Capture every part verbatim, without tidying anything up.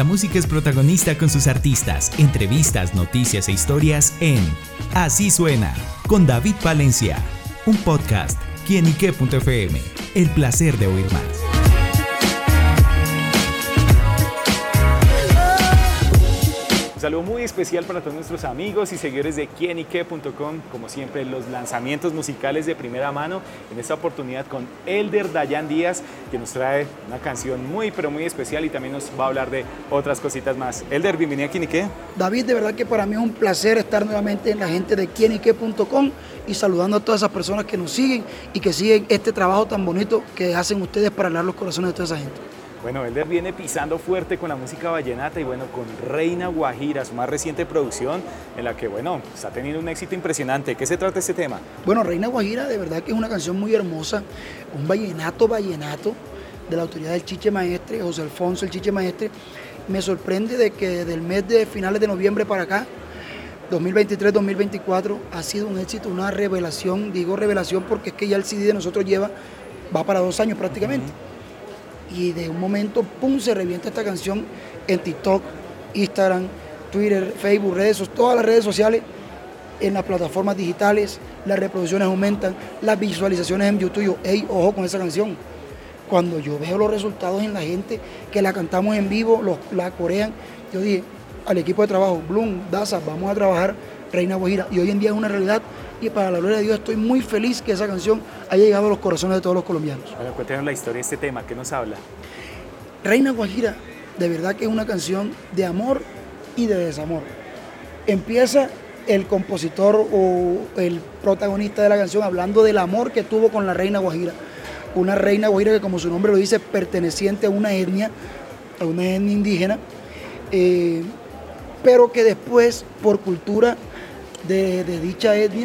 La música es protagonista con sus artistas, entrevistas, noticias e historias en Así Suena, con David Valencia, un podcast, quienique punto efe eme, el placer de oír más. Un saludo muy especial para todos nuestros amigos y seguidores de quienique punto com, como siempre los lanzamientos musicales de primera mano, en esta oportunidad con Elder Dayan Díaz, que nos trae una canción muy pero muy especial y también nos va a hablar de otras cositas más. Elder, bienvenido a Quienique. David, de verdad que para mí es un placer estar nuevamente en la gente de quienique punto com y saludando a todas esas personas que nos siguen y que siguen este trabajo tan bonito que hacen ustedes para hablar los corazones de toda esa gente. Bueno, Elder viene pisando fuerte con la música vallenata y bueno, con Reina Guajira, su más reciente producción, en la que bueno, está teniendo un éxito impresionante. ¿Qué se trata este tema? Bueno, Reina Guajira de verdad que es una canción muy hermosa, un vallenato vallenato de la autoridad del Chiche Maestre, José Alfonso el Chiche Maestre. Me sorprende de que del mes de finales de noviembre para acá, dos mil veintitrés dos mil veinticuatro, ha sido un éxito, una revelación. Digo revelación porque es que ya el C D de nosotros lleva, va para dos años prácticamente. Uh-huh. Y de un momento, pum, se revienta esta canción en TikTok, Instagram, Twitter, Facebook, redes, todas las redes sociales, en las plataformas digitales, las reproducciones aumentan, las visualizaciones en YouTube. Yo, hey, ojo con esa canción. Cuando yo veo los resultados en la gente, que la cantamos en vivo, los, la corean, yo dije al equipo de trabajo, Bloom, Daza, vamos a trabajar Reina Guajira. Y hoy en día es una realidad. Y para la gloria de Dios estoy muy feliz que esa canción haya llegado a los corazones de todos los colombianos. Bueno, cuéntanos la historia de este tema, ¿qué nos habla? Reina Guajira, de verdad que es una canción de amor y de desamor. Empieza el compositor o el protagonista de la canción hablando del amor que tuvo con la Reina Guajira. Una Reina Guajira que, como su nombre lo dice, perteneciente a una etnia, a una etnia indígena, eh, pero que después, por cultura de, de dicha etnia,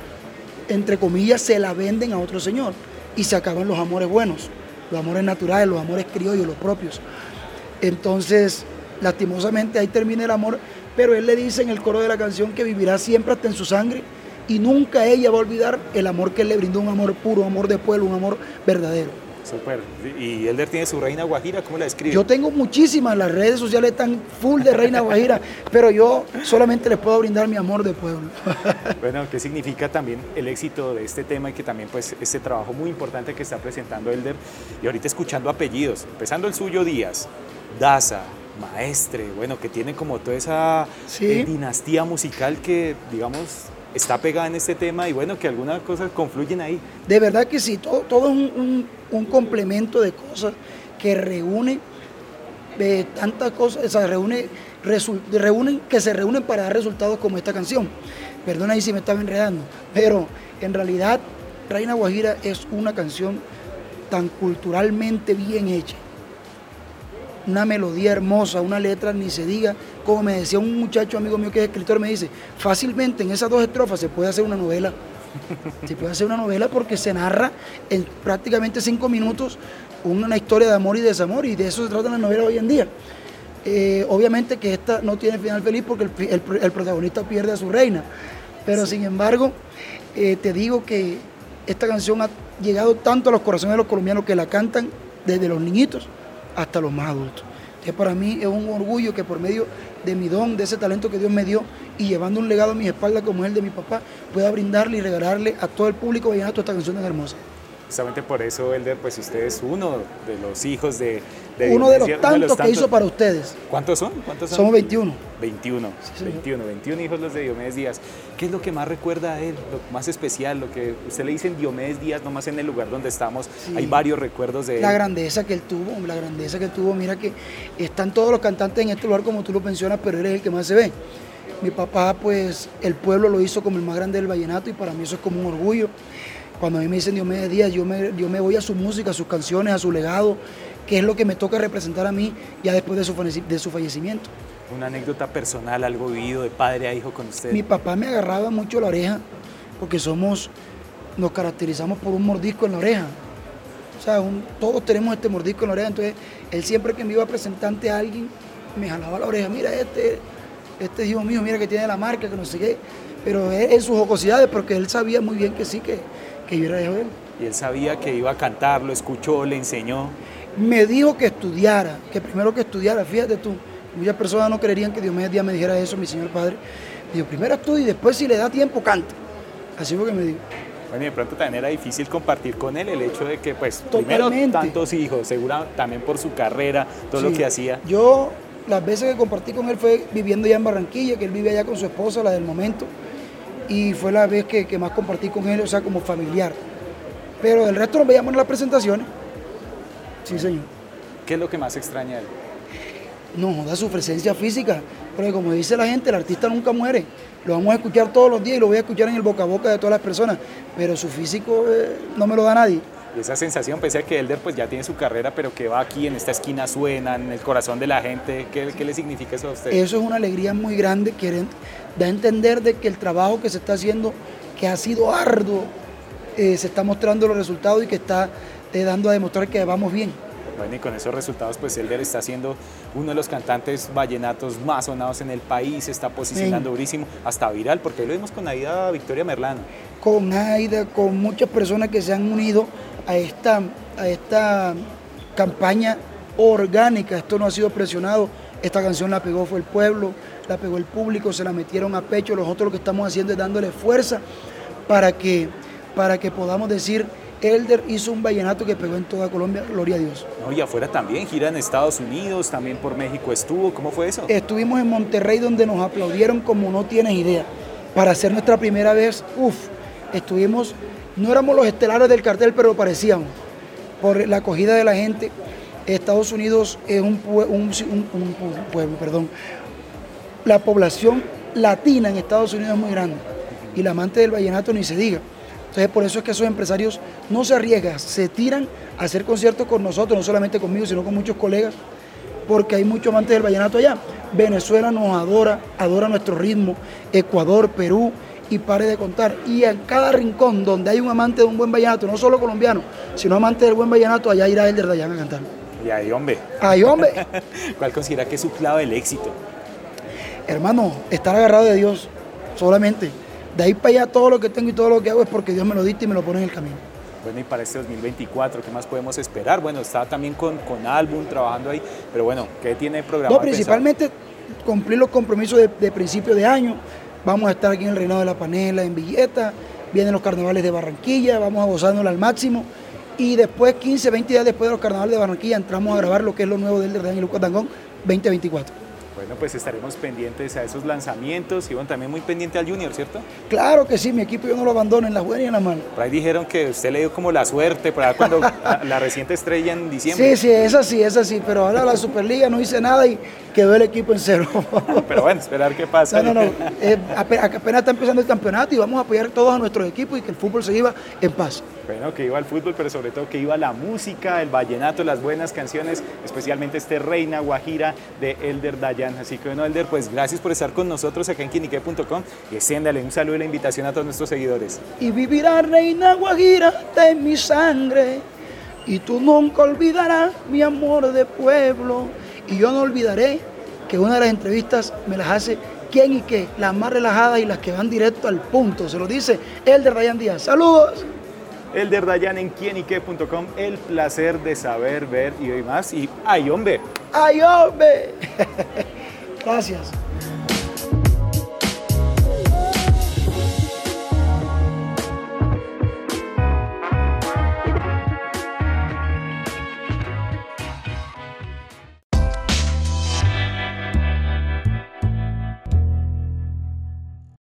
entre comillas, se la venden a otro señor y se acaban los amores buenos, los amores naturales, los amores criollos, los propios. Entonces, lastimosamente ahí termina el amor, pero él le dice en el coro de la canción que vivirá siempre hasta en su sangre y nunca ella va a olvidar el amor que él le brindó, un amor puro, un amor de pueblo, un amor verdadero. Súper. ¿Y Elder tiene su Reina Guajira? ¿Cómo la describe? Yo tengo muchísimas, las redes sociales están full de Reina Guajira, pero yo solamente les puedo brindar mi amor de pueblo. Bueno, ¿qué significa también el éxito de este tema y que también pues este trabajo muy importante que está presentando Elder? Y ahorita escuchando apellidos, empezando el suyo Díaz, Daza, Maestre, bueno, que tiene como toda esa ¿sí? eh, dinastía musical que, digamos, está pegada en este tema y bueno, que algunas cosas confluyen ahí. De verdad que sí, todo, todo es un, un, un complemento de cosas que reúne eh, tantas cosas, o sea, reúne, resu, reúnen, que se reúnen para dar resultados como esta canción. Perdona ahí si me estaba enredando, pero en realidad Reina Guajira es una canción tan culturalmente bien hecha. Una melodía hermosa, una letra ni se diga, como me decía un muchacho amigo mío que es escritor, me dice, fácilmente en esas dos estrofas se puede hacer una novela, se puede hacer una novela porque se narra en prácticamente cinco minutos una historia de amor y desamor y de eso se trata la novela hoy en día. Eh, obviamente que esta no tiene final feliz porque el, el, el protagonista pierde a su reina, pero sí. Sin embargo, eh, te digo que esta canción ha llegado tanto a los corazones de los colombianos que la cantan desde los niñitos hasta los más adultos. Entonces, para mí es un orgullo que por medio de mi don, de ese talento que Dios me dio y llevando un legado a mis espaldas como es el de mi papá, pueda brindarle y regalarle a todo el público vallenato esta canción tan hermosa. Justamente por eso, Elder, pues usted es uno de los hijos de... de uno de los, tantos de los tantos que hizo para ustedes. ¿Cuántos son? ¿Cuántos son? Somos veintiuno. veintiuno, sí, veintiuno, veintiuno hijos los de Diomedes Díaz. ¿Qué es lo que más recuerda a él, lo más especial, lo que usted le dice en Diomedes Díaz, nomás en el lugar donde estamos? Sí. Hay varios recuerdos de él. La grandeza que él tuvo, la grandeza que él tuvo, mira que están todos los cantantes en este lugar como tú lo mencionas, pero él es el que más se ve. Mi papá, pues, el pueblo lo hizo como el más grande del vallenato y para mí eso es como un orgullo. Cuando a mí me dicen Diomedes Díaz, yo me, yo me voy a su música, a sus canciones, a su legado, que es lo que me toca representar a mí ya después de su, de su fallecimiento. Una anécdota personal, algo vivido de padre a hijo con usted. Mi papá me agarraba mucho la oreja porque somos, nos caracterizamos por un mordisco en la oreja. O sea, un, todos tenemos este mordisco en la oreja, entonces él siempre que me iba a presentar ante a alguien, me jalaba la oreja, mira este, este hijo mío, mira que tiene la marca, que no sé qué, pero él, en sus jocosidades, porque él sabía muy bien que sí, que, que yo era hijo de él. Y él sabía que iba a cantar, lo escuchó, le enseñó. Me dijo que estudiara, que primero que estudiara, fíjate tú, Muchas personas no creerían que Diomedes Díaz me dijera eso, mi señor padre. Me dijo, primero estudia y después si le da tiempo, canta. Así fue que me dijo. Bueno, y de pronto también era difícil compartir con él el hecho de que, pues, Totalmente. primero tantos hijos, seguro también por su carrera, todo Sí. lo que hacía. Yo, las veces que compartí con él fue viviendo ya en Barranquilla, que él vive allá con su esposa, la del momento, y fue la vez que, que más compartí con él, o sea, como familiar. Pero del resto nos veíamos en las presentaciones. Sí, señor. ¿Qué es lo que más extraña de él? No, da su presencia física, porque como dice la gente, el artista nunca muere. Lo vamos a escuchar todos los días y lo voy a escuchar en el boca a boca de todas las personas, pero su físico eh, no me lo da nadie. Y esa sensación, pese a que Elder pues ya tiene su carrera, pero que va aquí en esta esquina, suena en el corazón de la gente, ¿qué, qué le significa eso a usted? Eso es una alegría muy grande que da a entender de que el trabajo que se está haciendo, que ha sido arduo, eh, se está mostrando los resultados y que está eh, dando a demostrar que vamos bien. Bueno, y con esos resultados, pues Elder está siendo uno de los cantantes vallenatos más sonados en el país, se está posicionando Bien. durísimo, hasta viral, porque hoy lo vimos con Aida Victoria Merlano. Con Aida, con muchas personas que se han unido a esta, a esta campaña orgánica. Esto no ha sido presionado, esta canción la pegó fue el pueblo, la pegó el público, se la metieron a pecho. Nosotros lo que estamos haciendo es dándole fuerza para que, para que podamos decir, Elder hizo un vallenato que pegó en toda Colombia, gloria a Dios. No, y afuera también, gira en Estados Unidos, también por México estuvo, ¿cómo fue eso? Estuvimos en Monterrey donde nos aplaudieron como no tienes idea. Para hacer nuestra primera vez, uff, estuvimos, no éramos los estelares del cartel, pero lo parecíamos, por la acogida de la gente. Estados Unidos es un, pue- un, un- un pueblo, perdón. La población latina en Estados Unidos es muy grande y la amante del vallenato ni se diga. Entonces por eso es que esos empresarios no se arriesgan, se tiran a hacer conciertos con nosotros, no solamente conmigo, sino con muchos colegas, porque hay muchos amantes del vallenato allá. Venezuela nos adora, adora nuestro ritmo, Ecuador, Perú, y pare de contar. Y en cada rincón donde hay un amante de un buen vallenato, no solo colombiano, sino amante del buen vallenato, allá irá Elder Dayan a cantar. Y ahí, hombre. ¡Ay, hombre! ¿Cuál considera que es su clave del éxito? Hermano, estar agarrado de Dios, solamente. De ahí para allá todo lo que tengo y todo lo que hago es porque Dios me lo dicta y me lo pone en el camino. Bueno, y para este dos mil veinticuatro, ¿qué más podemos esperar? Bueno, está también con, con álbum, trabajando ahí, pero bueno, ¿qué tiene programado? No, principalmente cumplir los compromisos de, de principio de año. Vamos a estar aquí en el Reinado de la Panela, en Villeta, vienen los carnavales de Barranquilla, vamos a gozárnosla al máximo. Y después, quince, veinte días después de los carnavales de Barranquilla, entramos a grabar lo que es lo nuevo del Elder Dayan y Lucas Dangond veinte veinticuatro. Bueno, pues estaremos pendientes a esos lanzamientos y bueno, también muy pendiente al Junior, ¿cierto? Claro que sí, mi equipo yo no lo abandono en las buenas y en las malas. Por ahí dijeron que usted le dio como la suerte, por ahí cuando la, la reciente estrella en diciembre. Sí, sí, es así, es así, pero ahora la Superliga no hice nada y quedó el equipo en cero. Pero bueno, esperar qué pasa. No, no, no, eh, ape- apenas está empezando el campeonato y vamos a apoyar todos a nuestros equipos y que el fútbol se viva en paz. Bueno, que iba el fútbol, pero sobre todo que iba la música, el vallenato, las buenas canciones, especialmente este Reina Guajira de Elder Dayan. Así que bueno, Elder, pues gracias por estar con nosotros acá en quienique punto com y extiéndale un saludo y la invitación a todos nuestros seguidores. Y vivirá Reina Guajira de mi sangre y tú nunca olvidarás mi amor de pueblo. Y yo no olvidaré que una de las entrevistas me las hace quién y qué, las más relajadas y las que van directo al punto. Se lo dice Elder Dayan Díaz. ¡Saludos! Elder Dayan en quienique punto com, el placer de saber, ver y oír más. Y ¡ay, hombre! ¡Ay, hombre! Gracias.